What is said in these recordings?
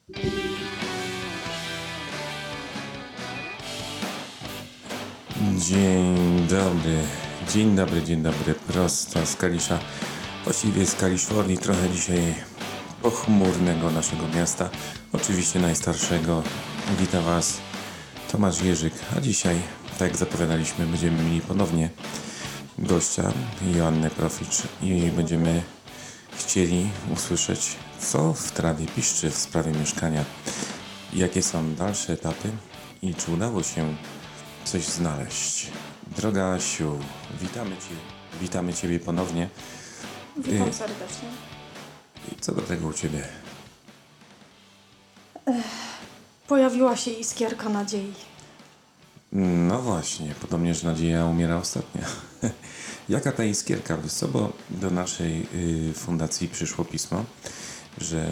Dzień dobry, prosto z Kalisza, właściwie z Kalifornii, trochę dzisiaj pochmurnego naszego miasta, oczywiście najstarszego. Witam Was, Tomasz Jerzyk, a dzisiaj, tak jak zapowiadaliśmy, będziemy mieli ponownie gościa, Joannę Proficz, i będziemy chcieli usłyszeć, co w trawie piszczy w sprawie mieszkania, jakie są dalsze etapy i czy udało się coś znaleźć. Droga Asiu, witamy Ciebie ponownie. Witam serdecznie. I co do tego u Ciebie? Pojawiła się iskierka nadziei. No właśnie, podobnie, że nadzieja umiera ostatnia. Jaka ta iskierka? Wiesz co, bo do naszej fundacji przyszło pismo, że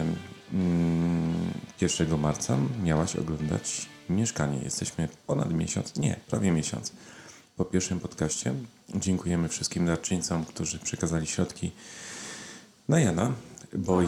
1 marca miałaś oglądać mieszkanie. Jesteśmy prawie miesiąc po pierwszym podcaście. Dziękujemy wszystkim darczyńcom, którzy przekazali środki na Jana, bo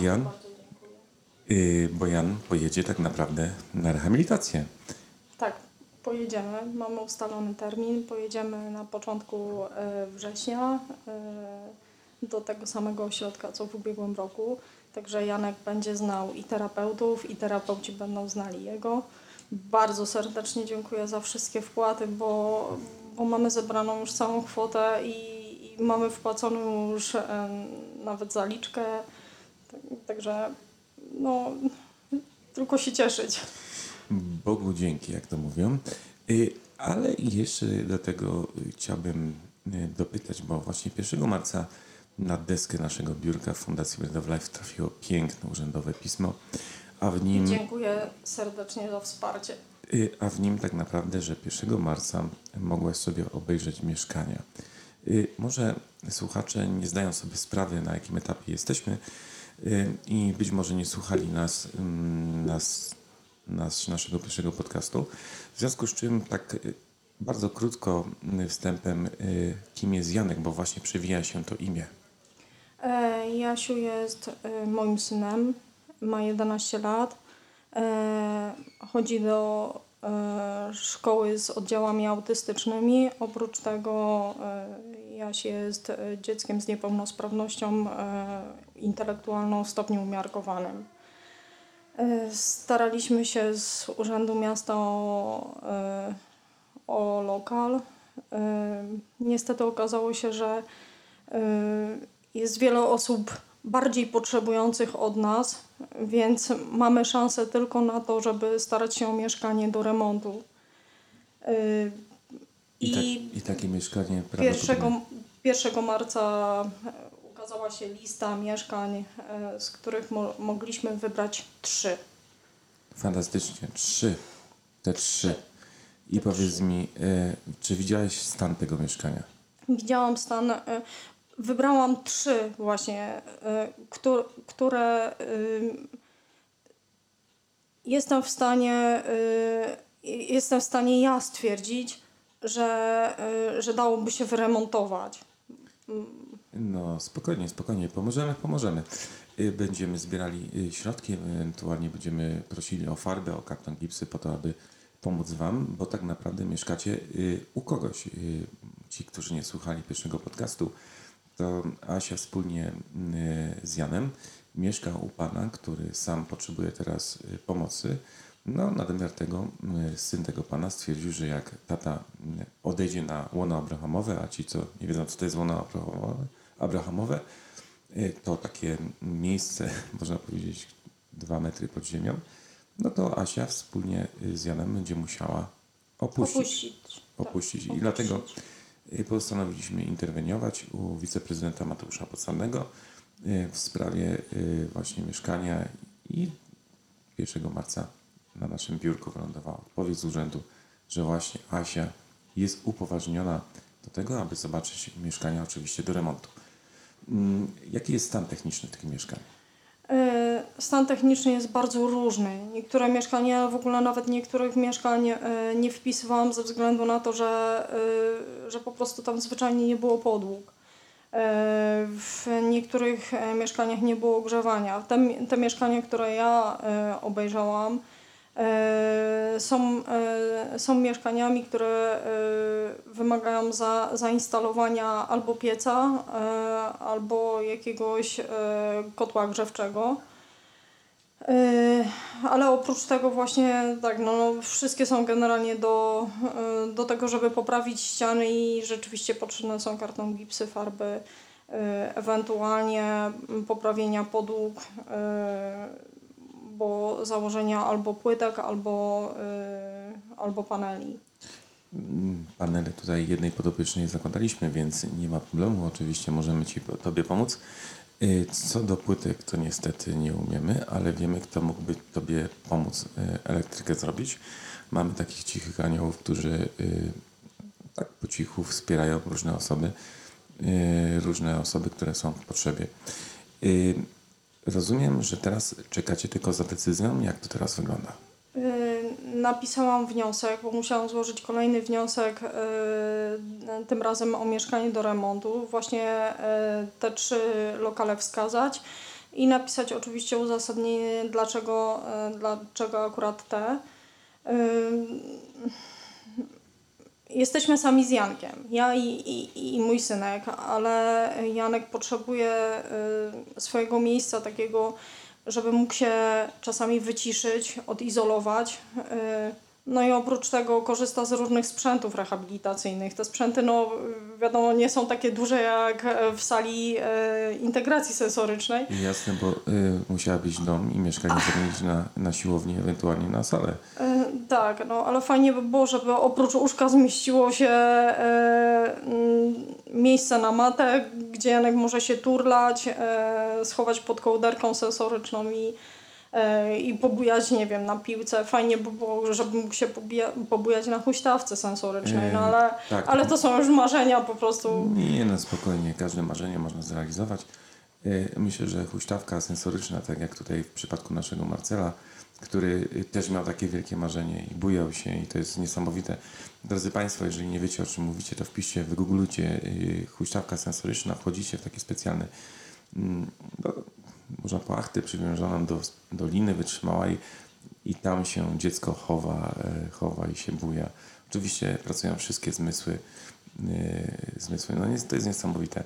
Jan pojedzie tak naprawdę na rehabilitację. Tak, pojedziemy. Mamy ustalony termin. Pojedziemy na początku września do tego samego ośrodka, co w ubiegłym roku. Także Janek będzie znał i terapeutów, i terapeuci będą znali jego. Bardzo serdecznie dziękuję za wszystkie wpłaty, bo mamy zebraną już całą kwotę i mamy wpłaconą już nawet zaliczkę. Także no, tylko się cieszyć. Bogu dzięki, jak to mówią. Ale jeszcze do tego chciałbym dopytać, bo właśnie 1 marca na deskę naszego biurka w Fundacji Bread of Life trafiło piękne urzędowe pismo, a w nim... Dziękuję serdecznie za wsparcie. A w nim tak naprawdę, że 1 marca mogłaś sobie obejrzeć mieszkania. Może słuchacze nie zdają sobie sprawy, na jakim etapie jesteśmy i być może nie słuchali naszego pierwszego podcastu. W związku z czym tak bardzo krótko wstępem, kim jest Janek, bo właśnie przewija się to imię. Jasiu jest moim synem, ma 11 lat. Chodzi do szkoły z oddziałami autystycznymi. Oprócz tego Jaś jest dzieckiem z niepełnosprawnością intelektualną w stopniu umiarkowanym. Staraliśmy się z Urzędu Miasta o lokal. Niestety okazało się, że jest wiele osób bardziej potrzebujących od nas, więc mamy szansę tylko na to, żeby starać się o mieszkanie do remontu. I takie mieszkanie 1 marca ukazała się lista mieszkań, z których mogliśmy wybrać 3. Fantastycznie, 3. Te 3. I powiedz mi, czy widziałeś stan tego mieszkania? Widziałam stan. Wybrałam 3 właśnie, które jestem w stanie ja stwierdzić, że dałoby się wyremontować. No spokojnie, pomożemy. Będziemy zbierali środki, ewentualnie będziemy prosili o farbę, o karton gipsy po to, aby pomóc Wam, bo tak naprawdę mieszkacie u kogoś. Ci, którzy nie słuchali pierwszego podcastu, to Asia wspólnie z Janem mieszka u pana, który sam potrzebuje teraz pomocy. No, na domiar tego syn tego pana stwierdził, że jak tata odejdzie na łono abrahamowe, a ci, co nie wiedzą, co to jest łono abrahamowe, to takie miejsce, można powiedzieć, 2 metry pod ziemią, no to Asia wspólnie z Janem będzie musiała opuścić. I dlatego postanowiliśmy interweniować u wiceprezydenta Mateusza Podstawnego w sprawie właśnie mieszkania i 1 marca na naszym biurku wylądowała odpowiedź z urzędu, że właśnie Asia jest upoważniona do tego, aby zobaczyć mieszkania oczywiście do remontu. Jaki jest stan techniczny tych mieszkań? Stan techniczny jest bardzo różny. Niektóre mieszkania, w ogóle nawet niektórych mieszkań nie wpisywałam ze względu na to, że po prostu tam zwyczajnie nie było podłóg. W niektórych mieszkaniach nie było ogrzewania. Te mieszkania, które ja obejrzałam, są mieszkaniami, które wymagają zainstalowania albo pieca, albo jakiegoś kotła grzewczego. Ale oprócz tego właśnie tak, no, wszystkie są generalnie do tego, żeby poprawić ściany i rzeczywiście potrzebne są karton gipsy, farby, ewentualnie poprawienia podłóg, bo założenia albo płytek, albo paneli. Panele tutaj jednej podopiecznej zakładaliśmy, więc nie ma problemu. Oczywiście możemy Tobie pomóc. Co do płytek, to niestety nie umiemy, ale wiemy, kto mógłby Tobie pomóc elektrykę zrobić. Mamy takich cichych aniołów, którzy tak po cichu wspierają różne osoby, które są w potrzebie. Rozumiem, że teraz czekacie tylko za decyzją. Jak to teraz wygląda? Napisałam wniosek, bo musiałam złożyć kolejny wniosek, tym razem o mieszkanie do remontu. Właśnie te 3 lokale wskazać i napisać oczywiście uzasadnienie, dlaczego akurat te. Jesteśmy sami z Jankiem, ja i mój synek, ale Janek potrzebuje swojego miejsca takiego, żeby mógł się czasami wyciszyć, odizolować. No i oprócz tego korzysta z różnych sprzętów rehabilitacyjnych. Te sprzęty, no wiadomo, nie są takie duże jak w sali integracji sensorycznej. Jasne, bo musiałabyś dom i mieszkanie zamienić na siłownię, ewentualnie na salę. Tak, no ale fajnie by było, żeby oprócz łóżka zmieściło się miejsce na matę, gdzie Janek może się turlać, schować pod kołderką sensoryczną i pobujać, nie wiem, na piłce. Fajnie by było, żeby mógł się pobujać na huśtawce sensorycznej, no ale, tak, ale to są już marzenia po prostu. Nie, no spokojnie, każde marzenie można zrealizować. Myślę, że huśtawka sensoryczna, tak jak tutaj w przypadku naszego Marcela, który też miał takie wielkie marzenie i bujał się i to jest niesamowite. Drodzy Państwo, jeżeli nie wiecie, o czym mówicie, to wpiszcie, wygooglujcie huśtawka sensoryczna, wchodzicie w takie specjalne można płachtę przywiązaną do liny wytrzymałej i tam się dziecko chowa i się buja. Oczywiście pracują wszystkie zmysły. No to jest niesamowite.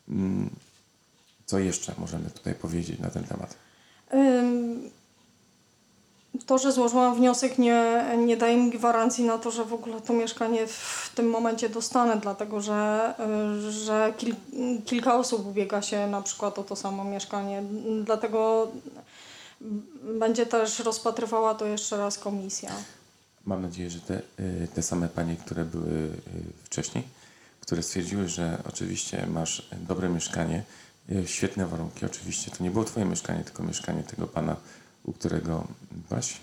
Co jeszcze możemy tutaj powiedzieć na ten temat? To, że złożyłam wniosek, nie daje mi gwarancji na to, że w ogóle to mieszkanie w tym momencie dostanę, dlatego że kilka osób ubiega się na przykład o to samo mieszkanie. Dlatego będzie też rozpatrywała to jeszcze raz komisja. Mam nadzieję, że te same panie, które były wcześniej, które stwierdziły, że oczywiście masz dobre mieszkanie, świetne warunki. Oczywiście to nie było twoje mieszkanie, tylko mieszkanie tego pana, u którego byłaś.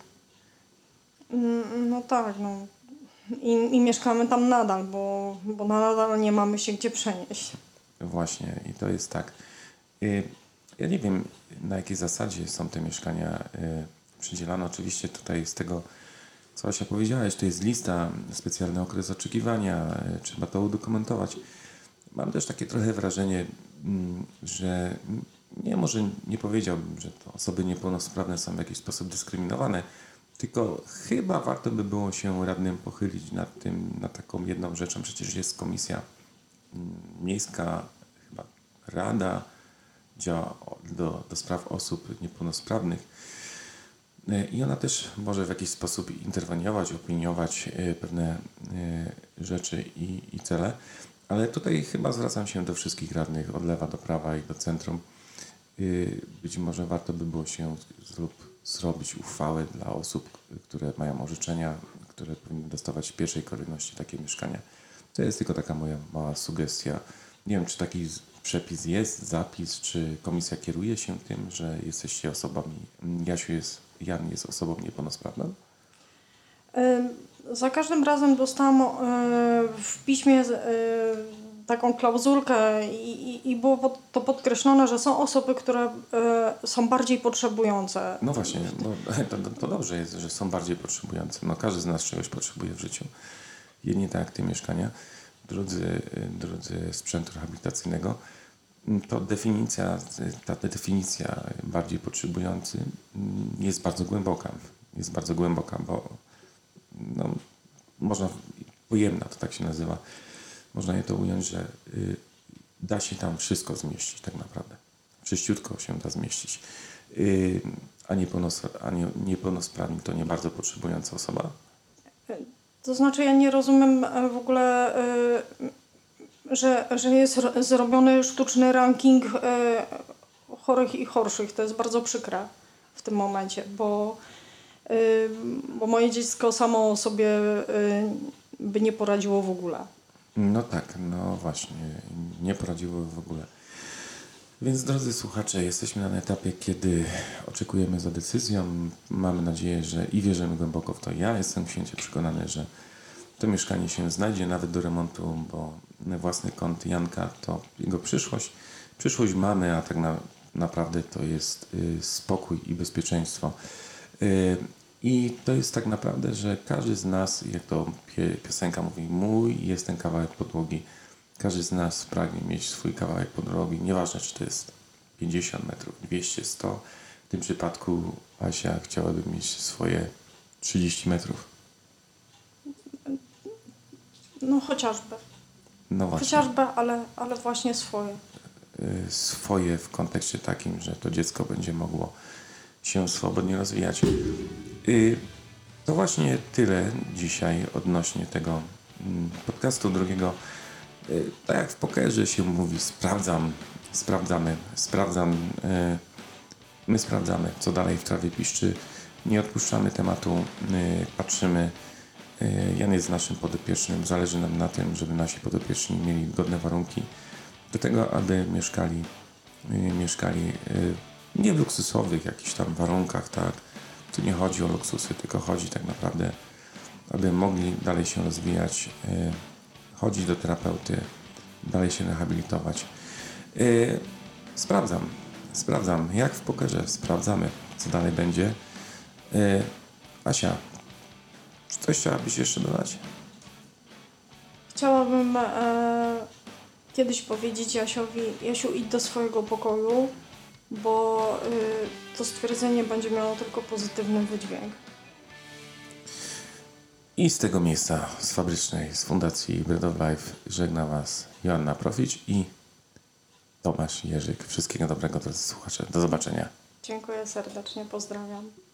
No tak, no. I mieszkamy tam nadal, bo nadal nie mamy się gdzie przenieść. Właśnie, i to jest tak. Ja nie wiem, na jakiej zasadzie są te mieszkania przydzielane. Oczywiście tutaj z tego, co Asia powiedziałaś, to jest lista, specjalny okres oczekiwania, trzeba to udokumentować. Mam też takie trochę wrażenie, że może nie powiedziałbym, że to osoby niepełnosprawne są w jakiś sposób dyskryminowane, tylko chyba warto by było się radnym pochylić nad taką jedną rzeczą. Przecież jest komisja miejska, chyba rada działa do spraw osób niepełnosprawnych i ona też może w jakiś sposób interweniować, opiniować pewne rzeczy i cele, ale tutaj chyba zwracam się do wszystkich radnych od lewa do prawa i do centrum. Być może warto by było się zrobić uchwałę dla osób, które mają orzeczenia, które powinny dostawać w pierwszej kolejności takie mieszkania. To jest tylko taka moja mała sugestia. Nie wiem, czy taki przepis jest, zapis, czy komisja kieruje się tym, że jesteście osobami, Jan jest osobą niepełnosprawną? Za każdym razem dostałam w piśmie taką klauzulkę i było to podkreślone, że są osoby, które są bardziej potrzebujące. No właśnie, to dobrze jest, że są bardziej potrzebujące. No każdy z nas czegoś potrzebuje w życiu. Jedni tak jak ty mieszkania. drodzy sprzętu rehabilitacyjnego, to ta definicja bardziej potrzebujący jest bardzo głęboka. Jest bardzo głęboka, bo no, można, pojemna to tak się nazywa, można je to ująć, że da się tam wszystko zmieścić tak naprawdę. Czyściutko się da zmieścić. A niepełnosprawni to nie bardzo potrzebująca osoba. To znaczy ja nie rozumiem w ogóle, że jest zrobiony sztuczny ranking chorych i chorszych. To jest bardzo przykre w tym momencie, bo moje dziecko samo sobie by nie poradziło w ogóle. No tak, no właśnie, nie poradziło w ogóle. Więc drodzy słuchacze, jesteśmy na etapie, kiedy oczekujemy za decyzją. Mamy nadzieję, że i wierzymy głęboko w to. Ja jestem święcie przekonany, że to mieszkanie się znajdzie nawet do remontu, bo własny kąt Janka to jego przyszłość. Przyszłość mamy, a tak naprawdę to jest spokój i bezpieczeństwo. I to jest tak naprawdę, że każdy z nas, jak to piosenka mówi, mój jest ten kawałek podłogi. Każdy z nas pragnie mieć swój kawałek podłogi. Nieważne, czy to jest 50 metrów, 200, 100. W tym przypadku Asia chciałaby mieć swoje 30 metrów. No chociażby. No właśnie. Chociażby, ale właśnie swoje. Swoje w kontekście takim, że to dziecko będzie mogło się swobodnie rozwijać. To właśnie tyle dzisiaj odnośnie tego podcastu drugiego. Tak jak w pokerze się mówi, my sprawdzamy, co dalej w trawie piszczy, nie odpuszczamy tematu, patrzymy. Jan jest naszym podopiecznym, zależy nam na tym, żeby nasi podopieczni mieli godne warunki do tego, aby mieszkali nie w luksusowych jakichś tam warunkach, tak. Tu nie chodzi o luksusy, tylko chodzi tak naprawdę, aby mogli dalej się rozwijać, chodzić do terapeuty, dalej się rehabilitować. Sprawdzam, jak w pokerze, sprawdzamy, co dalej będzie. Asia, czy coś chciałabyś jeszcze dodać? Chciałabym kiedyś powiedzieć Jasiowi: Jasiu, idź do swojego pokoju, bo to stwierdzenie będzie miało tylko pozytywny wydźwięk. I z tego miejsca, z fabrycznej, z Fundacji Bread of Life żegna Was Joanna Proficz i Tomasz Jerzyk. Wszystkiego dobrego, drodzy słuchacze. Do zobaczenia. Dziękuję serdecznie, pozdrawiam.